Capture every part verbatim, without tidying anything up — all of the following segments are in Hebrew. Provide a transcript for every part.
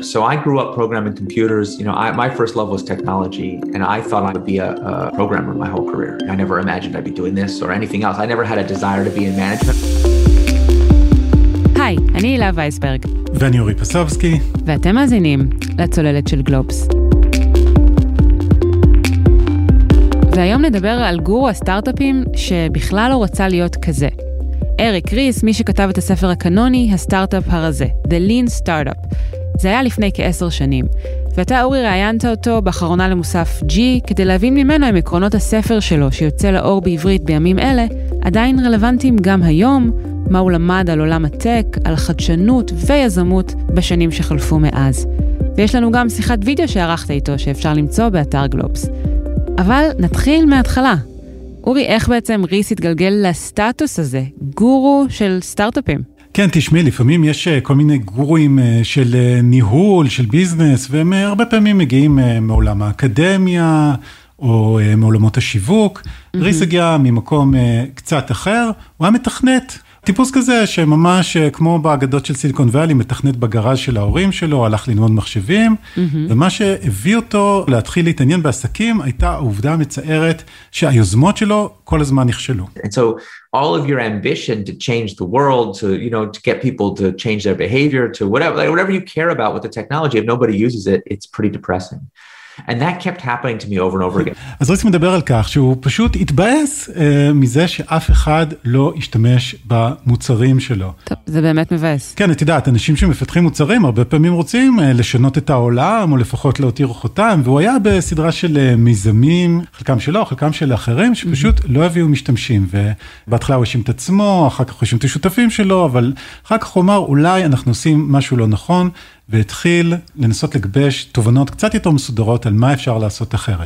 So I grew up programming computers. You know, I, my first love was technology, and I thought I would be a, a programmer my whole career. I never imagined I'd be doing this or anything else. I never had a desire to be in management. היי, אני הילה וייסברג. ואני אורי פסובסקי. ואתם מאזינים לצוללת של גלובס. והיום נדבר על גורו הסטארט-אפים שבכלל לא רצה להיות כזה. אריק ריס, מי שכתב את הספר הקנוני, הסטארט-אפ הרזה, The Lean Startup. זה היה לפני כעשר שנים. ואתה, אורי, ראיינת אותו באחרונה למוסף G, כדי להבין ממנו עם עקרונות הספר שלו, שיוצא לאור בעברית בימים אלה, עדיין רלוונטיים גם היום, מה הוא למד על עולם הטק, על חדשנות ויזמות בשנים שחלפו מאז. ויש לנו גם שיחת וידאו שערכת איתו, שאפשר למצוא באתר גלובס. אבל נתחיל מההתחלה. אורי, איך בעצם ריס התגלגל לסטטוס הזה, גורו של סטארט-אפים? כן, תשמעי, לפעמים יש כל מיני גורואים של ניהול, של ביזנס, והם הרבה פעמים מגיעים מעולם האקדמיה, או מעולמות השיווק. Mm-hmm. ריס הגיע ממקום קצת אחר, הוא היה מתכנת. טיפוס כזה שממש כמו באגדות של סיליקון ואלי, מתכנת בגראז' של ההורים שלו, הלך ללמוד מחשבים, mm-hmm. ומה שהביא אותו להתחיל להתעניין בעסקים, הייתה העובדה המצערת שהיוזמות שלו כל הזמן נכשלו. And so all of your ambition to change the world, to, you know, to get people to change their behavior, to whatever, like whatever you care about with the technology, if nobody uses it, it's pretty depressing. And that kept happening to me over and over again. אז ריס מדבר על כך שהוא פשוט התבאס אה, מזה שאף אחד לא ישתמש במוצרים שלו. טוב, זה באמת מבאס. כן, את יודעת, אנשים שמפתחים מוצרים הרבה פעמים רוצים אה, לשנות את העולם, או לפחות להותיר חותם, והוא היה בסדרה של אה, מיזמים, חלקם שלו, חלקם של אחרים, שפשוט mm-hmm. לא הביאו משתמשים, ובהתחלה הוא האשים את עצמו, אחר כך הוא האשים את השותפים שלו, אבל אחר כך הוא אמר, אולי אנחנו עושים משהו לא נכון, והתחיל לנסות לגבש תובנות קצת יותר מסודרות על מה אפשר לעשות אחרת.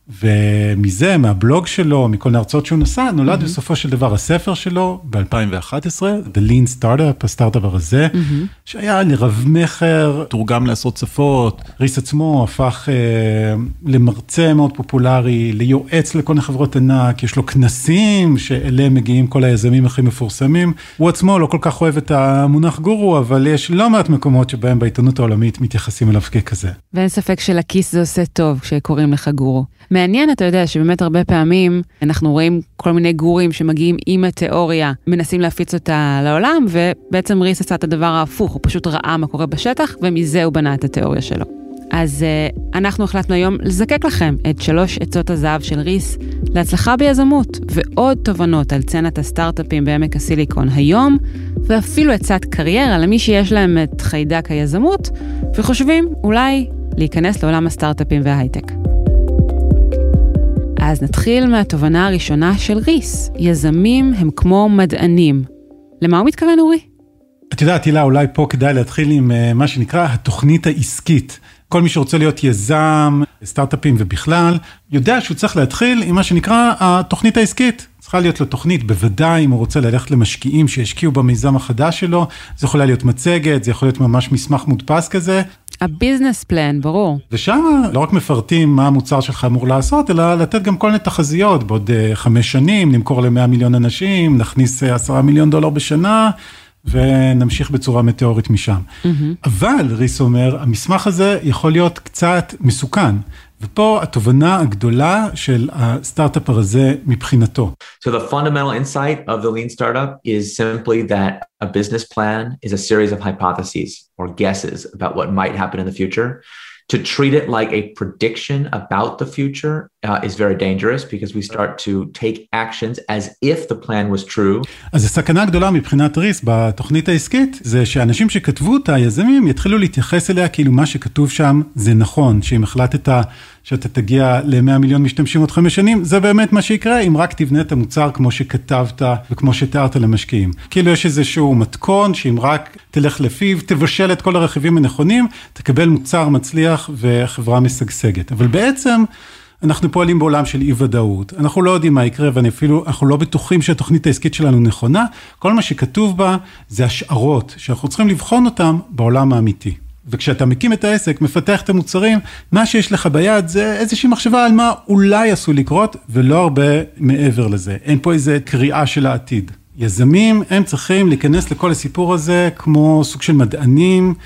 ומזה, מהבלוג שלו, מכל ההרצאות שהוא נשא, נולד mm-hmm. בסופו של דבר הספר שלו, ב-אלפיים ואחת עשרה, The Lean Startup, הסטארט-אפ הרזה, mm-hmm. שהיה לרב מחר, תורגם לעשות שפות. ריס עצמו הפך אה, למרצה מאוד פופולרי, ליועץ לכל החברות ענק, יש לו כנסים שאליהם מגיעים כל היזמים הכי מפורסמים. הוא עצמו לא כל כך אוהב את המונח גורו, אבל יש לא מעט מקומות שבהם בעיתונות העולמית מתייחסים אליו ככזה. ואין ספק שלכיס זה עושה טוב כשקוראים לך גורו. מעניין, אתה יודע, שבאמת הרבה פעמים אנחנו רואים כל מיני גורים שמגיעים עם התיאוריה, מנסים להפיץ אותה לעולם, ובעצם ריס עשה את הדבר ההפוך, הוא פשוט ראה מה קורה בשטח, ומזה הוא בנה את התיאוריה שלו. אז uh, אנחנו החלטנו היום לזקק לכם את שלוש עצות הזהב של ריס, להצלחה ביזמות, ועוד תובנות על צנת הסטארט-אפים בעמק הסיליקון היום, ואפילו עצת קריירה למי שיש להם את חיידק היזמות, וחושבים אולי להיכנס לעולם הסטארט-אפים וההייטק. אז נתחיל מהתובנה הראשונה של ריס. יזמים הם כמו מדענים. למה הוא מתכוון, אורי? את יודעת, הילה, אולי פה כדאי להתחיל עם מה שנקרא התוכנית העסקית. כל מי שרוצה להיות יזם, סטארט-אפים ובכלל, יודע שהוא צריך להתחיל עם מה שנקרא התוכנית העסקית. צריכה להיות לו תוכנית, בוודאי אם הוא רוצה ללכת למשקיעים שהשקיעו במיזם החדש שלו, זה יכול להיות מצגת, זה יכול להיות ממש מסמך מודפס כזה. הביזנס פלן, ברור. ושם לא רק מפרטים מה המוצר שלך אמור לעשות, אלא לתת גם כל מיני תחזיות, בעוד חמש שנים, נמכור למאה מיליון אנשים, נכניס עשרה מיליון דולר בשנה, ונמשיך בצורה מטאורית משם. Mm-hmm. אבל, ריס אומר, המסמך הזה יכול להיות קצת מסוכן, ופה התובנה הגדולה של הסטארט-אפ הרזה מבחינתו. So the fundamental insight of the Lean Startup is simply that a business plan is a series of hypotheses or guesses about what might happen in the future. To treat it like a prediction about the future uh, is very dangerous because we start to take actions as if the plan was true. אז הסכנה הגדולה מבחינת ריס בתוכנית העסקית זה שאנשים שכתבו אותה, היזמים, יתחילו להתייחס אליה כאילו מה שכתוב שם זה נכון, שאם החלטת שאתה תגיע ל-מאה מיליון משתמשים עוד חמש שנים, זה באמת מה שיקרה אם רק תבנה את המוצר כמו שכתבת וכמו שתיארת למשקיעים. כאילו יש איזשהו מתכון שאם רק תלך לפיו, תבשל את כל הרכיבים הנכונים, תקבל מוצר מצליח וחברה משגשגת. אבל בעצם אנחנו פועלים בעולם של אי ודאות. אנחנו לא יודעים מה יקרה, ואני אפילו, אנחנו לא בטוחים שהתוכנית העסקית שלנו נכונה. כל מה שכתוב בה זה השערות, שאנחנו צריכים לבחון אותם בעולם האמיתי. וכשאתה מקים את העסק, מפתח את המוצרים, מה שיש לך ביד זה איזושהי מחשבה על מה אולי עשו לקרות, ולא הרבה מעבר לזה. אין פה איזו קריאה של העתיד. יזמים, הם צריכים להיכנס לכל הסיפור הזה, כמו סוג של מדענים,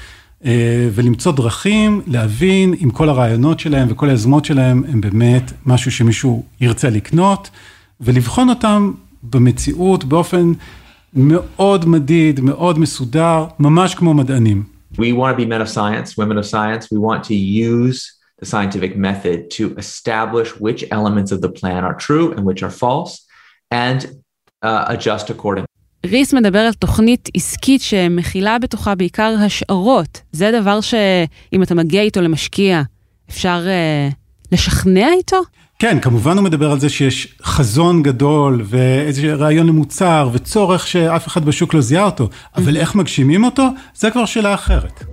ולמצוא דרכים, להבין אם כל הרעיונות שלהם וכל היזמות שלהם הם באמת משהו שמישהו ירצה לקנות, ולבחון אותם במציאות באופן מאוד מדיד, מאוד מסודר, ממש כמו מדענים. We want to be men of science, women of science. We want to use the scientific method to establish which elements of the plan are true and which are false, and uh, adjust accordingly. ריס מדבר על תוכנית עסקית שמכילה בתוכה בעיקר השערות. זה דבר שאם אתה מגיע איתו למשקיע, אפשר uh, לשכנע איתו? כן, כמובן הוא מדבר על זה שיש חזון גדול ואיזה רעיון למוצר וצורך שאף אחד בשוק לא זיהה אותו, אבל איך מגשימים אותו? זה כבר שאלה אחרת.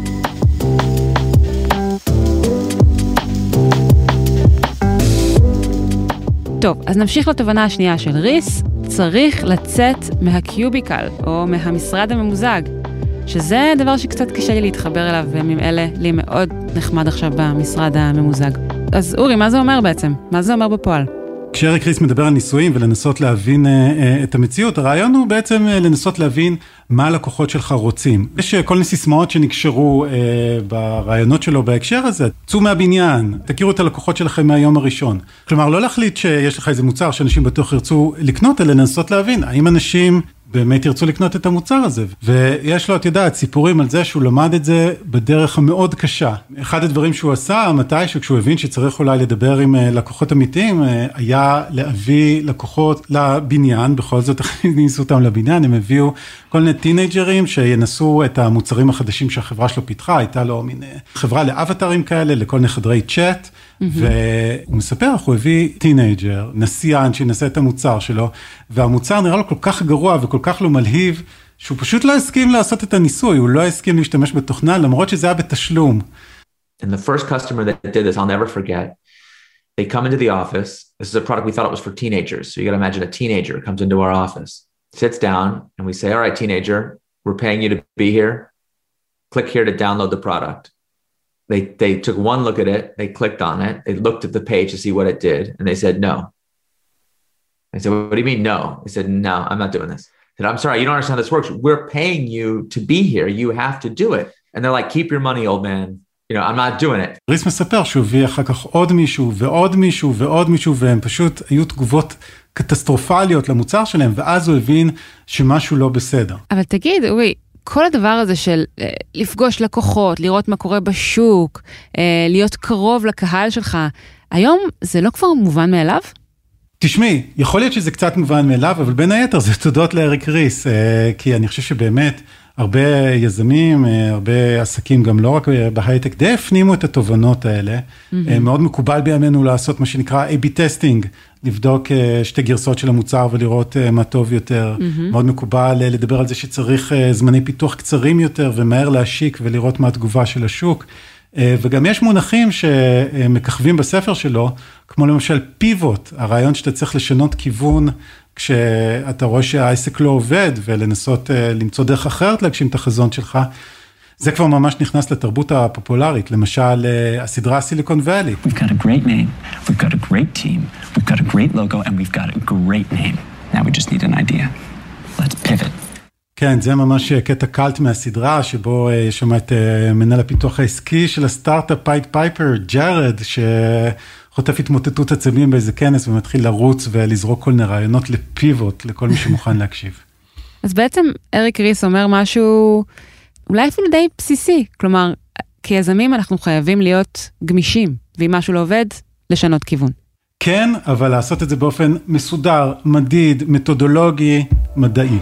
טוב, אז נמשיך לתובנה השנייה של ריס. צריך לצאת מהקיוביקל או מהמשרד הממוזג, שזה דבר שקצת קשה לי להתחבר אליו, וימים אלה לי מאוד נחמד עכשיו במשרד הממוזג. אז אורי, מה זה אומר בעצם? מה זה אומר בפועל? כשאריק ריס מדבר על ניסויים ולנסות להבין uh, את המציאות, הרעיון הוא בעצם uh, לנסות להבין מה הלקוחות שלך רוצים. יש uh, כל מיני סיסמאות שנקשרו uh, ברעיונות שלו בהקשר הזה. צאו מהבניין, תכירו את הלקוחות שלכם מהיום הראשון. כלומר, לא להחליט שיש לך איזה מוצר שאנשים בטוח ירצו לקנות, אלא לנסות להבין האם אנשים באמת ירצו לקנות את המוצר הזה. ויש לו, את יודעת, סיפורים על זה שהוא למד את זה בדרך המאוד קשה. אחד הדברים שהוא עשה, מתי שכשהוא הבין שצריך אולי לדבר עם לקוחות אמיתיים, היה להביא לקוחות לבניין, בכל זאת הכניסו אותם לבניין, הם הביאו כל מיני טינג'רים שינסו את המוצרים החדשים שהחברה שלו פיתחה, הייתה לו מין חברה לאבטרים כאלה, לכל מיני חדרי צ'אט, והוא מספר, הוא הביא טינג'ר, נסיין שינסה את המוצר שלו, והמוצר נראה לו כל כך גרוע וכל כך לא מלהיב, שהוא פשוט לא הסכים לעשות את הניסוי, הוא לא הסכים להשתמש בתוכנה, למרות שזה היה בתשלום. And the first customer that did this, I'll never forget, they come into the office, this is a product we thought it was for teenagers, so you got to imagine a teenager comes into our office, sits down, and we say, all right, teenager, we're paying you to be here, click here to download the product. They they took one look at it, they clicked on it, they looked at the page to see what it did, and they said, no. I said, what do you mean, no? He said, no, I'm not doing this. I said, I'm sorry, you don't understand how this works. We're paying you to be here. You have to do it. And they're like, keep your money, old man. You know, I'm not doing it. ריס מספר שהוא הביא אחר כך עוד מישהו ועוד מישהו ועוד מישהו, והם פשוט היו תגובות קטסטרופליות למוצר שלהם, ואז הוא הבין שמשהו לא בסדר. אבל תגיד, אורי, כל הדבר הזה של לפגוש לקוחות, לראות מה קורה בשוק, להיות קרוב לקהל שלך, היום זה לא כבר מובן מאליו? תשמעי, יכול להיות שזה קצת מובן מאליו, אבל בין היתר זה תודות לאריק ריס, כי אני חושב שבאמת הרבה יזמים, הרבה עסקים, גם לא רק בהייטק, די הפנימו את התובנות האלה. Mm-hmm. מאוד מקובל בימינו לעשות מה שנקרא A B testing, לבדוק שתי גרסאות של המוצר ולראות מה טוב יותר. Mm-hmm. מאוד מקובל לדבר על זה שצריך זמני פיתוח קצרים יותר ומהר להשיק ולראות מה התגובה של השוק. וגם יש מונחים שמככבים בספר שלו, כמו למשל פיבוט, הרעיון שאתה צריך לשנות כיוון כשאתה רואה שהעסק לא עובד, ולנסות למצוא דרך אחרת להגשים את החזון שלך. זה כבר ממש נכנס לתרבות הפופולרית, למשל הסדרה סיליקון ואלי. We've got a great name, we've got a great team, we've got a great logo, and we've got a great name. Now we just need an idea. Let's pivot. כן, זה ממש קטע קלט מהסדרה, שבו יש שם את מנהל הפיתוח העסקי של הסטארט-אפ פייט פייפר, ג'רד, שחוטף התמוטטות עצבים באיזה כנס, ומתחיל לרוץ ולזרוק כל מיני רעיונות לפיבוט, לכל מי שמוכן להקשיב. אז בעצם אריק ריס אומר משהו, אולי אפילו די בסיסי, כלומר, כיזמים אנחנו חייבים להיות גמישים, ואם משהו לא עובד, לשנות כיוון. כן, אבל לעשות את זה באופן מסודר, מדיד, מתודולוגי, מדעי.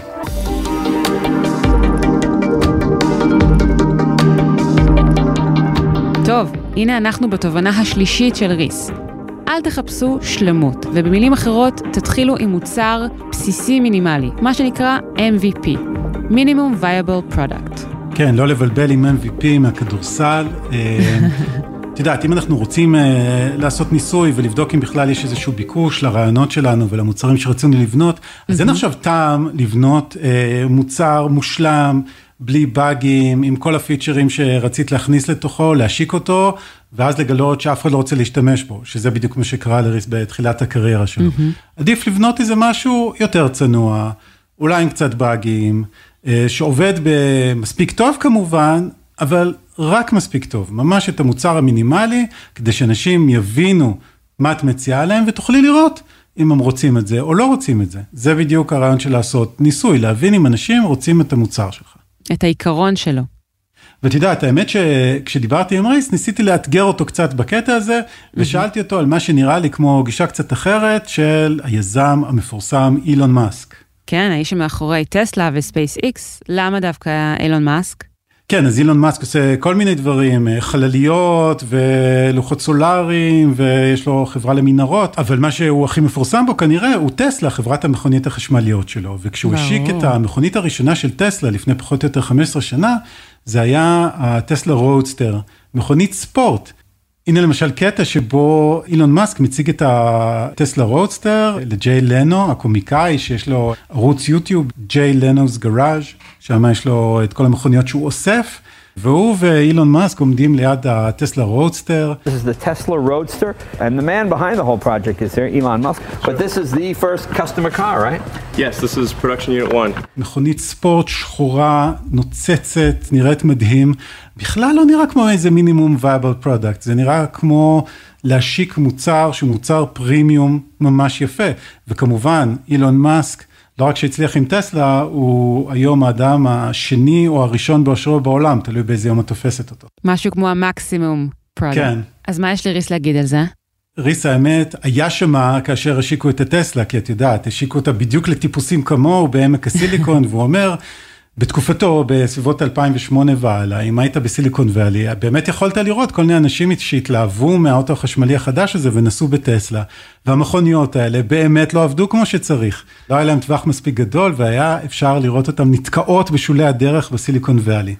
טוב, הנה אנחנו בתובנה השלישית של ריס. אל תחפשו שלמות, ובמילים אחרות תתחילו עם מוצר בסיסי מינימלי, מה שנקרא M V P, Minimum Viable Product. כן, לא לבלבל עם M V P מהכדורסל. את יודעת, אם אנחנו רוצים לעשות ניסוי ולבדוק אם בכלל יש איזשהו ביקוש לרעיונות שלנו ולמוצרים שרצינו לבנות, אז אין עכשיו טעם לבנות מוצר מושלם, בלי באגים, עם כל הפיצ'רים שרצית להכניס לתוכו, להשיק אותו, ואז לגלות שאף אחד לא רוצה להשתמש בו, שזה בדיוק מה שקרה לריס בתחילת הקריירה שלו. Mm-hmm. עדיף לבנות איזה משהו יותר צנוע, אולי עם קצת באגים, שעובד במספיק טוב כמובן, אבל רק מספיק טוב, ממש את המוצר המינימלי, כדי שאנשים יבינו מה את מציעה להם, ותוכלי לראות אם הם רוצים את זה או לא רוצים את זה. זה בדיוק הרעיון של לעשות ניסוי, להבין אם אנשים רוצים את המוצר שלך. את העיקרון שלו. ואת יודעת, האמת שכשדיברתי עם ריס, ניסיתי לאתגר אותו קצת בקטע הזה, ושאלתי אותו על מה שנראה לי כמו גישה קצת אחרת, של היזם המפורסם אילון מאסק. כן, האיש שמאחורי טסלה וספייס איקס, למה דווקא אילון מאסק? כן, אז אילון מאסק עושה כל מיני דברים, חלליות ולוחות סולאריים, ויש לו חברה למנהרות, אבל מה שהוא הכי מפורסם בו כנראה, הוא טסלה, חברת המכונית החשמליות שלו, וכשהוא השיק את המכונית הראשונה של טסלה, לפני פחות או יותר חמש עשרה שנה, זה היה הטסלה רודסטר, מכונית ספורט. הנה למשל קטע שבו אילון מאסק מציג את הטסלה רודסטר לג'יי לנו, הקומיקאי שיש לו ערוץ יוטיוב, ג'יי לנו's גראז', שם יש לו את כל המכוניות שהוא אוסף, והוא ואילון מאסק עומדים ליד הטסלה רודסטר. This is the Tesla Roadster, and the man behind the whole project is here, Elon Musk, but this is the first customer car, right? Yes, this is production unit one. מכונית ספורט שחורה, נוצצת, נראית מדהים, בכלל לא נראה כמו איזה מינימום viable product, זה נראה כמו להשיק מוצר שהוא מוצר פרימיום ממש יפה, וכמובן אילון מאסק, לא רק שהצליח עם טסלה, הוא היום האדם השני או הראשון באושרו בעולם, תלוי באיזה יום את תופסת אותו. משהו כמו המקסימום פרודקט. כן. אז מה יש לי ריס להגיד על זה? ריס האמת, היה שמה כאשר השיקו את הטסלה, כי את יודעת, השיקו אותה בדיוק לטיפוסים כמוהו בעמק הסיליקון, והוא אומר, בתקופתו, בסביבות אלפיים ושמונה ועלה, אם היית בסיליקון ואלי, באמת יכולת לראות כל מיני אנשים שהתלהבו מהאוטו החשמלי החדש הזה ונסעו בטסלה, והמכוניות האלה באמת לא עבדו כמו שצריך. לא היה להם טווח מספיק גדול, והיה אפשר לראות אותם נתקעות בשולי הדרך בסיליקון ואלי.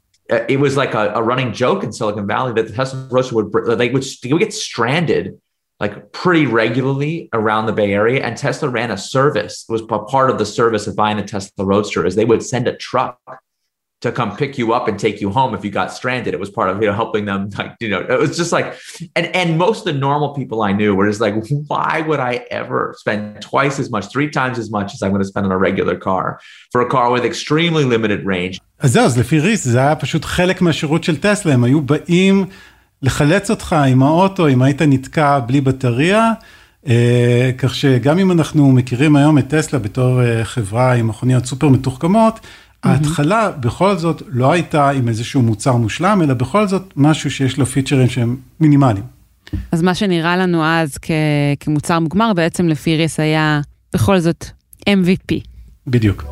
It was like a, a running joke in Silicon Valley that the Tesla Roadster would, they would, they would get stranded like pretty regularly around the Bay Area, and Tesla ran a service. It was part of the service of buying a Tesla Roadster is they would send a truck to come pick you up and take you home if you got stranded. It was part of, you know, helping them, like, you know, it was just like, and, and most of the normal people I knew were just like, why would I ever spend twice as much, three times as much as I'm going to spend on a regular car for a car with extremely limited range. אז זהו, אז לפי ריס, זה היה פשוט חלק מהשירות של טסלה, הם היו באים לחלץ אותך עם האוטו, אם היית נתקע בלי בטריה, אה, כך שגם אם אנחנו מכירים היום את טסלה בתור אה, חברה עם מכוניות סופר מתוחכמות, mm-hmm. ההתחלה בכל זאת לא הייתה עם איזשהו מוצר מושלם, אלא בכל זאת משהו שיש לו פיצ'רים שהם מינימליים. אז מה שנראה לנו אז כ- כמוצר מוגמר, בעצם לפי ריס היה בכל זאת אם וי פי. בדיוק.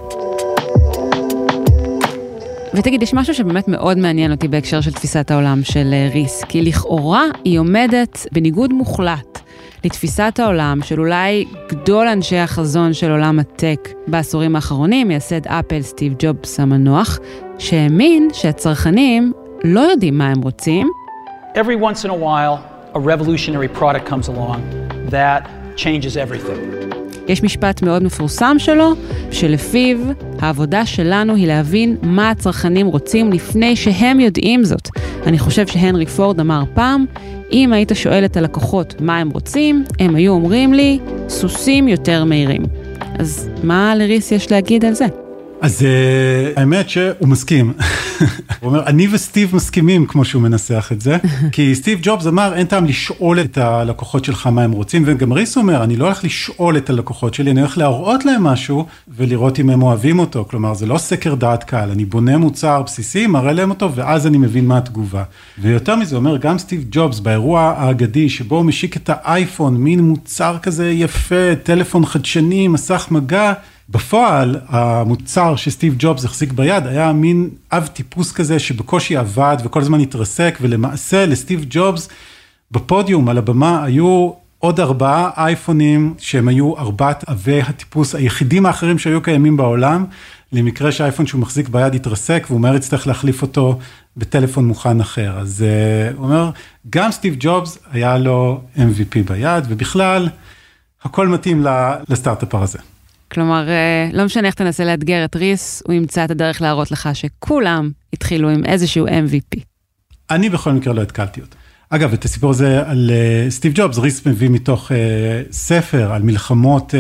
ותגיד, יש משהו שבאמת מאוד מעניין אותי בהקשר של תפיסת העולם של ריס, כי לכאורה היא עומדת בניגוד מוחלט לתפיסת העולם של אולי גדול אנשי החזון של עולם הטק בעשורים האחרונים, מייסד אפל סטיב ג'ובס המנוח, שהאמין שהצרכנים לא יודעים מה הם רוצים. Every once in a while, a revolutionary product comes along that changes everything. יש משפט מאוד מפורסם שלו, שלפיו העבודה שלנו היא להבין מה הצרכנים רוצים לפני שהם יודעים זאת. אני חושב שהנרי פורד אמר פעם, אם היית שואל את הלקוחות מה הם רוצים, הם היו אומרים לי, סוסים יותר מהירים. אז מה לריס יש להגיד על זה? אז האמת שהוא מסכים. הוא אומר, אני וסטיב מסכימים כמו שהוא מנסח את זה, כי סטיב ג'ובס אמר, אין טעם לשאול את הלקוחות שלך מה הם רוצים, וגם ריס אומר, אני לא הולך לשאול את הלקוחות שלי, אני הולך להראות להם משהו, ולראות אם הם אוהבים אותו. כלומר, זה לא סקר דעת קהל, אני בונה מוצר בסיסי, מראה להם אותו, ואז אני מבין מה התגובה. ויותר מזה, אומר, גם סטיב ג'ובס, באירוע האגדי, שבו הוא משיק את האייפון, מין מוצר כזה יפה, טלפון חדשני, מסך מגע, בפועל, המוצר שסטיב ג'ובס החזיק ביד, היה מין אב טיפוס כזה שבקושי עבד וכל הזמן התרסק, ולמעשה לסטיב ג'ובס בפודיום על הבמה היו עוד ארבעה אייפונים שהם היו ארבעת אבי הטיפוס היחידים האחרים שהיו קיימים בעולם, למקרה שהאייפון שהוא מחזיק ביד התרסק, והוא מהר יצטרך להחליף אותו בטלפון מוכן אחר. אז uh, הוא אומר, גם סטיב ג'ובס היה לו אם וי פי ביד, ובכלל, הכל מתאים לסטארט-אפ הזה. כלומר, לא משנה איך תנסה לאתגר את ריס, הוא ימצא את הדרך להראות לך שכולם התחילו עם איזשהו אם וי פי. אני בכל מקרה לא התקלתי אותו. אגב, את הסיפור הזה על סטיב ג'ובס, ריס מביא מתוך ספר על מלחמות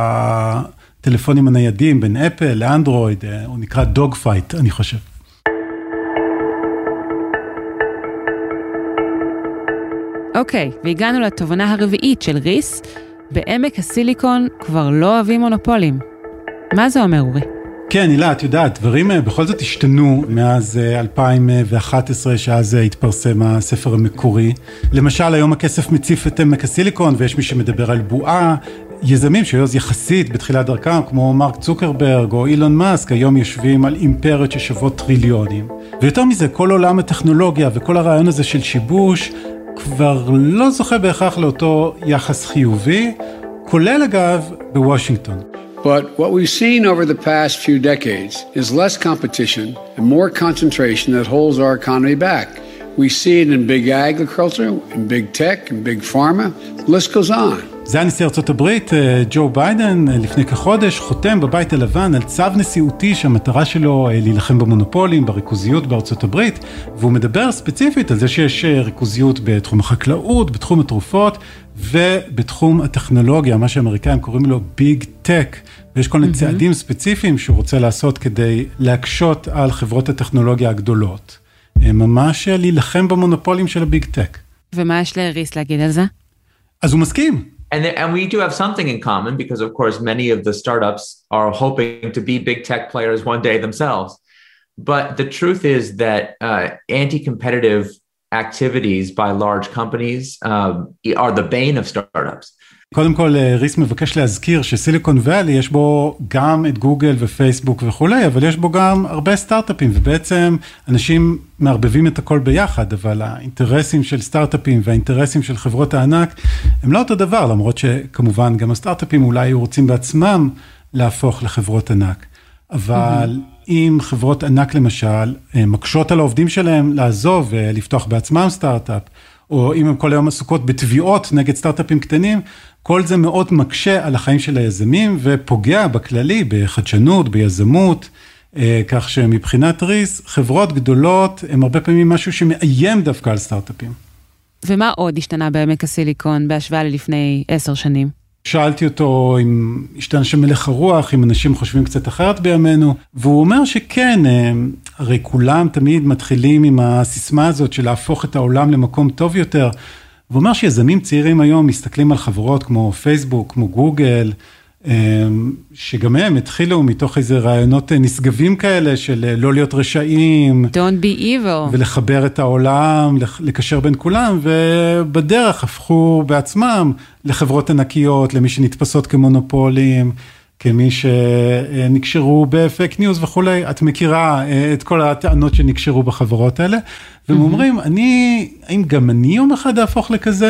הטלפונים הניידים בין אפל לאנדרואיד, הוא נקרא דוג פייט, אני חושב. אוקיי, והגענו לתובנה הרביעית של ריס, בעמק הסיליקון כבר לא אוהבים מונופולים. מה זה אומר, אורי? כן, הילה, את יודעת, דברים בכל זאת השתנו מאז אלפיים ואחת עשרה, שאז התפרסם הספר המקורי. למשל, היום הכסף מציף את עמק הסיליקון, ויש מי שמדבר על בועה. יזמים שהיו אז יחסית בתחילת דרכם, כמו מרק צוקרברג או אילון מאסק, היום יושבים על אימפריות ששוות טריליונים. ויותר מזה, כל עולם הטכנולוגיה וכל הרעיון הזה של שיבוש, כבר לא זוכה בהכרח לאותו יחס חיובי, כולל אגב בוושינגטון. But what we've seen over the past few decades is less competition and more concentration that holds our economy back. We see it in big agriculture, in big tech, in big pharma. The list goes on. זה הנשיא ארצות הברית, ג'ו ביידן, לפני כחודש, חותם בבית הלבן על צו נשיאותי שהמטרה שלו להילחם במונופולים, בריכוזיות בארצות הברית, והוא מדבר ספציפית על זה שיש ריכוזיות בתחום החקלאות, בתחום התרופות, ובתחום הטכנולוגיה, מה שהאמריקאים קוראים לו ביג טק, ויש כל מיני mm-hmm. צעדים ספציפיים שהוא רוצה לעשות כדי להקשות על חברות הטכנולוגיה הגדולות. ממש להילחם במונופולים של הביג טק. ומה יש לריס להגיד על זה? אז הוא מסכים. And, and we do have something in common because, of course, many of the startups are hoping to be big tech players one day themselves. But the truth is that uh, anti-competitive activities by large companies um, are the bane of startups. קודם כל, ריס מבקש להזכיר שסיליקון ואלי יש בו גם את גוגל ופייסבוק וכולי, אבל יש בו גם הרבה סטארט-אפים, ובעצם אנשים מערבבים את הכל ביחד, אבל האינטרסים של סטארט-אפים והאינטרסים של חברות הענק הם לא אותו דבר, למרות שכמובן גם הסטארט-אפים אולי רוצים בעצמם להפוך לחברות ענק. אבל mm-hmm. אם חברות ענק למשל מקשות על העובדים שלהם לעזוב ולפתוח בעצמם סטארט-אפ, או אם הם כל היום עסוקות בתביעות נגד סטארט-אפים קטנים, כל זה מאוד מקשה על החיים של היזמים, ופוגע בכללי, בחדשנות, ביזמות, כך שמבחינת ריס, חברות גדולות הם הרבה פעמים משהו שמאיים דווקא על סטארט-אפים. ומה עוד השתנה בעמק הסיליקון בהשוואה ללפני עשר שנים? שאלתי אותו אם השתנה שמלך הרוח, אם אנשים חושבים קצת אחרת בימינו, והוא אומר שכן, הרי כולם תמיד מתחילים עם הסיסמה הזאת של להפוך את העולם למקום טוב יותר, והוא אומר שיזמים צעירים היום מסתכלים על חברות כמו פייסבוק, כמו גוגל, שגם הם התחילו מתוך איזה רעיונות נשגבים כאלה של לא להיות רשעים. Don't be evil. ולחבר את העולם, לקשר בין כולם, ובדרך הפכו בעצמם לחברות ענקיות, למי שנתפסות כמונופולים, כמי שנקשרו בפייק ניוז וכולי. את מכירה את כל הטענות שנקשרו בחברות האלה, והם אומרים, אני, האם גם אני יום אחד אהפוך לכזה?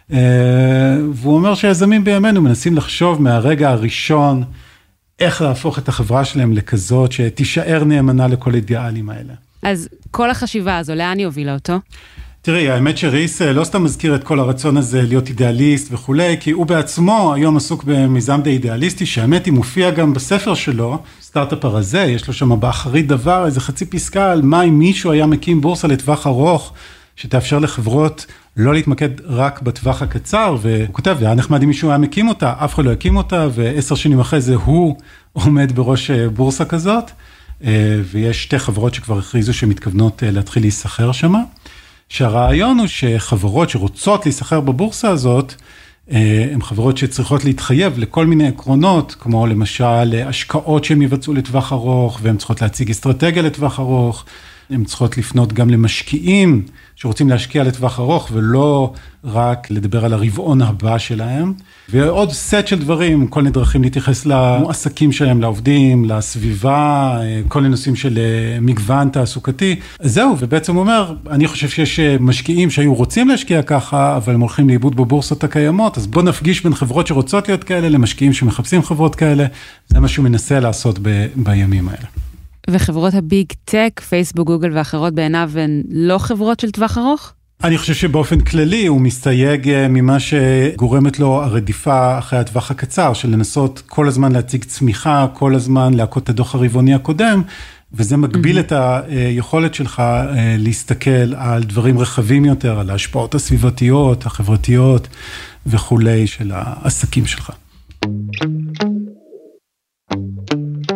והוא אומר שהיזמים בימינו מנסים לחשוב מהרגע הראשון, איך להפוך את החברה שלהם לכזאת, שתישאר נאמנה לכל אידיאלים האלה. אז כל החשיבה הזו, לאן היא הובילה אותו? תראי, האמת שריס לא סתם מזכיר את כל הרצון הזה להיות אידיאליסט וכולי, כי הוא בעצמו היום עסוק במיזם די אידיאליסטי, שהאמת היא מופיע גם בספר שלו, סטארט-אפ הרזה, יש לו שם באחרית דבר, איזה חצי פסקה על מה אם מישהו היה מקים בורסה לטווח ארוך, שתאפשר לחברות לא להתמקד רק בטווח הקצר, והוא כותב, היה נחמד אם מישהו היה מקים אותה, אף אחד לא הקים אותה, ועשר שנים אחרי זה הוא עומד בראש בורסה כזאת, ויש שתי חברות שכבר הכריזו שמתכוונות להתחיל להיסחר שמה, שהרעיון הוא שחברות שרוצות להיסחר בבורסה הזאת, הן חברות שצריכות להתחייב לכל מיני עקרונות, כמו למשל השקעות שהן יבצעו לטווח ארוך, והן צריכות להציג אסטרטגיה לטווח ארוך, הן צריכות לפנות גם למשקיעים שרוצים להשקיע לטווח ארוך, ולא רק לדבר על הרבעון הבא שלהם. ועוד סט של דברים, כל מיני דרכים להתייחס למועסקים שלהם, לעובדים, לסביבה, כל מיני נושאים של מגוון תעסוקתי. זהו, ובעצם הוא אומר, אני חושב שיש משקיעים שהיו רוצים להשקיע ככה, אבל הם הולכים לאיבוד בבורסות הקיימות, אז בוא נפגיש בין חברות שרוצות להיות כאלה, למשקיעים שמחפשים חברות כאלה. זה מה שהוא מנסה לעשות ב- בימים האלה. וחברות הביג טק, פייסבוק, גוגל ואחרות בעיניו, הן לא חברות של טווח ארוך? אני חושב שבאופן כללי הוא מסתייג ממה שגורמת לו הרדיפה אחרי הטווח הקצר, של לנסות כל הזמן להציג צמיחה, כל הזמן להכות את הדוח הרבעוני הקודם, וזה מגביל mm-hmm. את היכולת שלך להסתכל על דברים רחבים יותר, על ההשפעות הסביבתיות, החברתיות וכולי של העסקים שלך.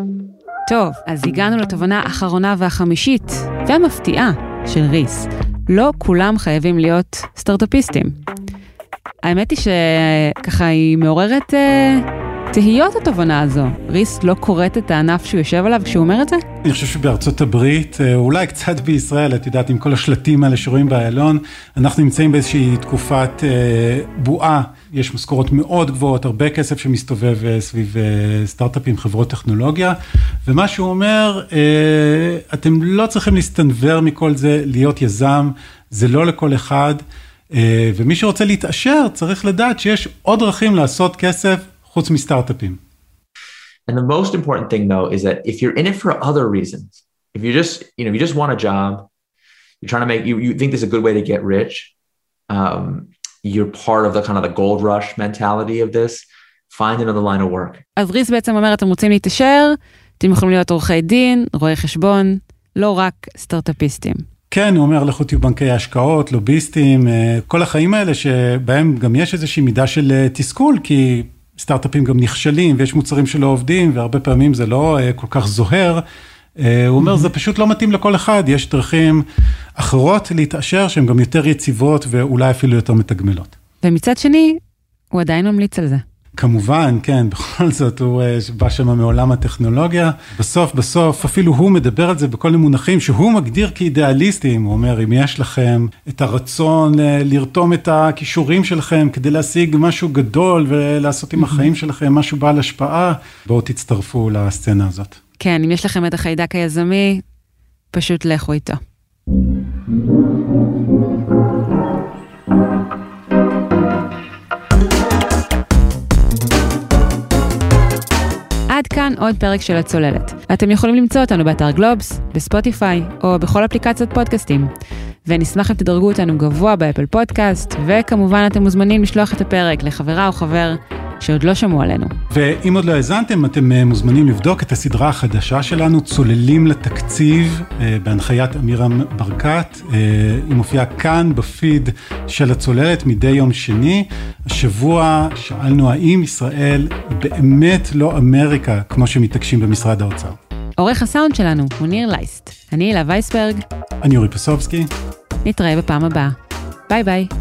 טוב, אז הגענו לתובנה האחרונה והחמישית, והמפתיעה של ריס. לא כולם חייבים להיות סטארט-אפיסטים. האמת היא שככה היא מעוררת אה, תהיות התובנה הזו. ריס לא קוראת את הענף שהוא יושב עליו כשהוא אומר את זה? אני חושב שבארצות הברית, אולי קצת בישראל, את יודעת, עם כל השלטים האלה שרואים באיילון, אנחנו נמצאים באיזושהי תקופת אה, בועה, יש משכורות מאוד גבוהות, הרבה כסף שמסתובב אה, סביב אה, סטארט-אפים, חברות טכנולוגיה, ומה שהוא אומר, אה, אתם לא צריכים להסתנבר מכל זה, להיות יזם, זה לא לכל אחד, אה, ומי שרוצה להתעשר צריך לדעת שיש עוד דרכים לעשות כסף חוץ מסטארט-אפים. And the most important thing, though, is that if you're in it for other reasons, if you just, you know, you just want a job, you're trying to make, you, you think this is a good way to get rich, um, you're part of the kind of the gold rush mentality of this, find another line of work. אז ריס בעצם אומר, אתם רוצים להתעשר, אתם יכולים להיות עורכי דין, רואי חשבון, לא רק סטארט-אפיסטים. כן, הוא אומר, לכו תהיו בנקי השקעות, לוביסטים, כל החיים האלה שבהם גם יש איזושהי מידה של תסכול, כי סטארט-אפים גם נכשלים, ויש מוצרים שלא עובדים, והרבה פעמים זה לא כל כך זוהר. הוא אומר, זה פשוט לא מתאים לכל אחד, יש דרכים אחרות להתעשר, שהן גם יותר יציבות, ואולי אפילו יותר מתגמלות. ומצד שני, הוא עדיין ממליץ על זה. כמובן, כן, בכל זאת הוא בא שם מעולם הטכנולוגיה. בסוף, בסוף, אפילו הוא מדבר על זה בכל מיני מונחים שהוא מגדיר כאידיאליסטים. הוא אומר, אם יש לכם את הרצון לרתום את הכישורים שלכם כדי להשיג משהו גדול ולעשות עם החיים שלכם משהו בעל השפעה, בואו תצטרפו לסצנה הזאת. כן, אם יש לכם את החיידק היזמי, פשוט לכו איתו. עד כאן עוד פרק של הצוללת. אתם יכולים למצוא אותנו באתר גלובס, בספוטיפיי, או בכל אפליקציות פודקאסטים. ונשמח אם תדרגו אותנו גבוה באפל פודקאסט, וכמובן אתם מוזמנים לשלוח את הפרק לחברה או חבר שעוד לא שמעו עלינו. ואם עוד לא האזנתם, אתם מוזמנים לבדוק את הסדרה החדשה שלנו, צוללים לתקציב, בהנחיית אמירם ברקת. היא מופיעה כאן בפיד של הצוללת מדי יום שני. השבוע שאלנו האם ישראל באמת לא אמריקה, כמו שמתעקשים במשרד האוצר. עורך הסאונד שלנו הוא ניר לייסט. אני אלה וייסברג. אני אורי פסובסקי. נתראה בפעם הבאה. ביי ביי.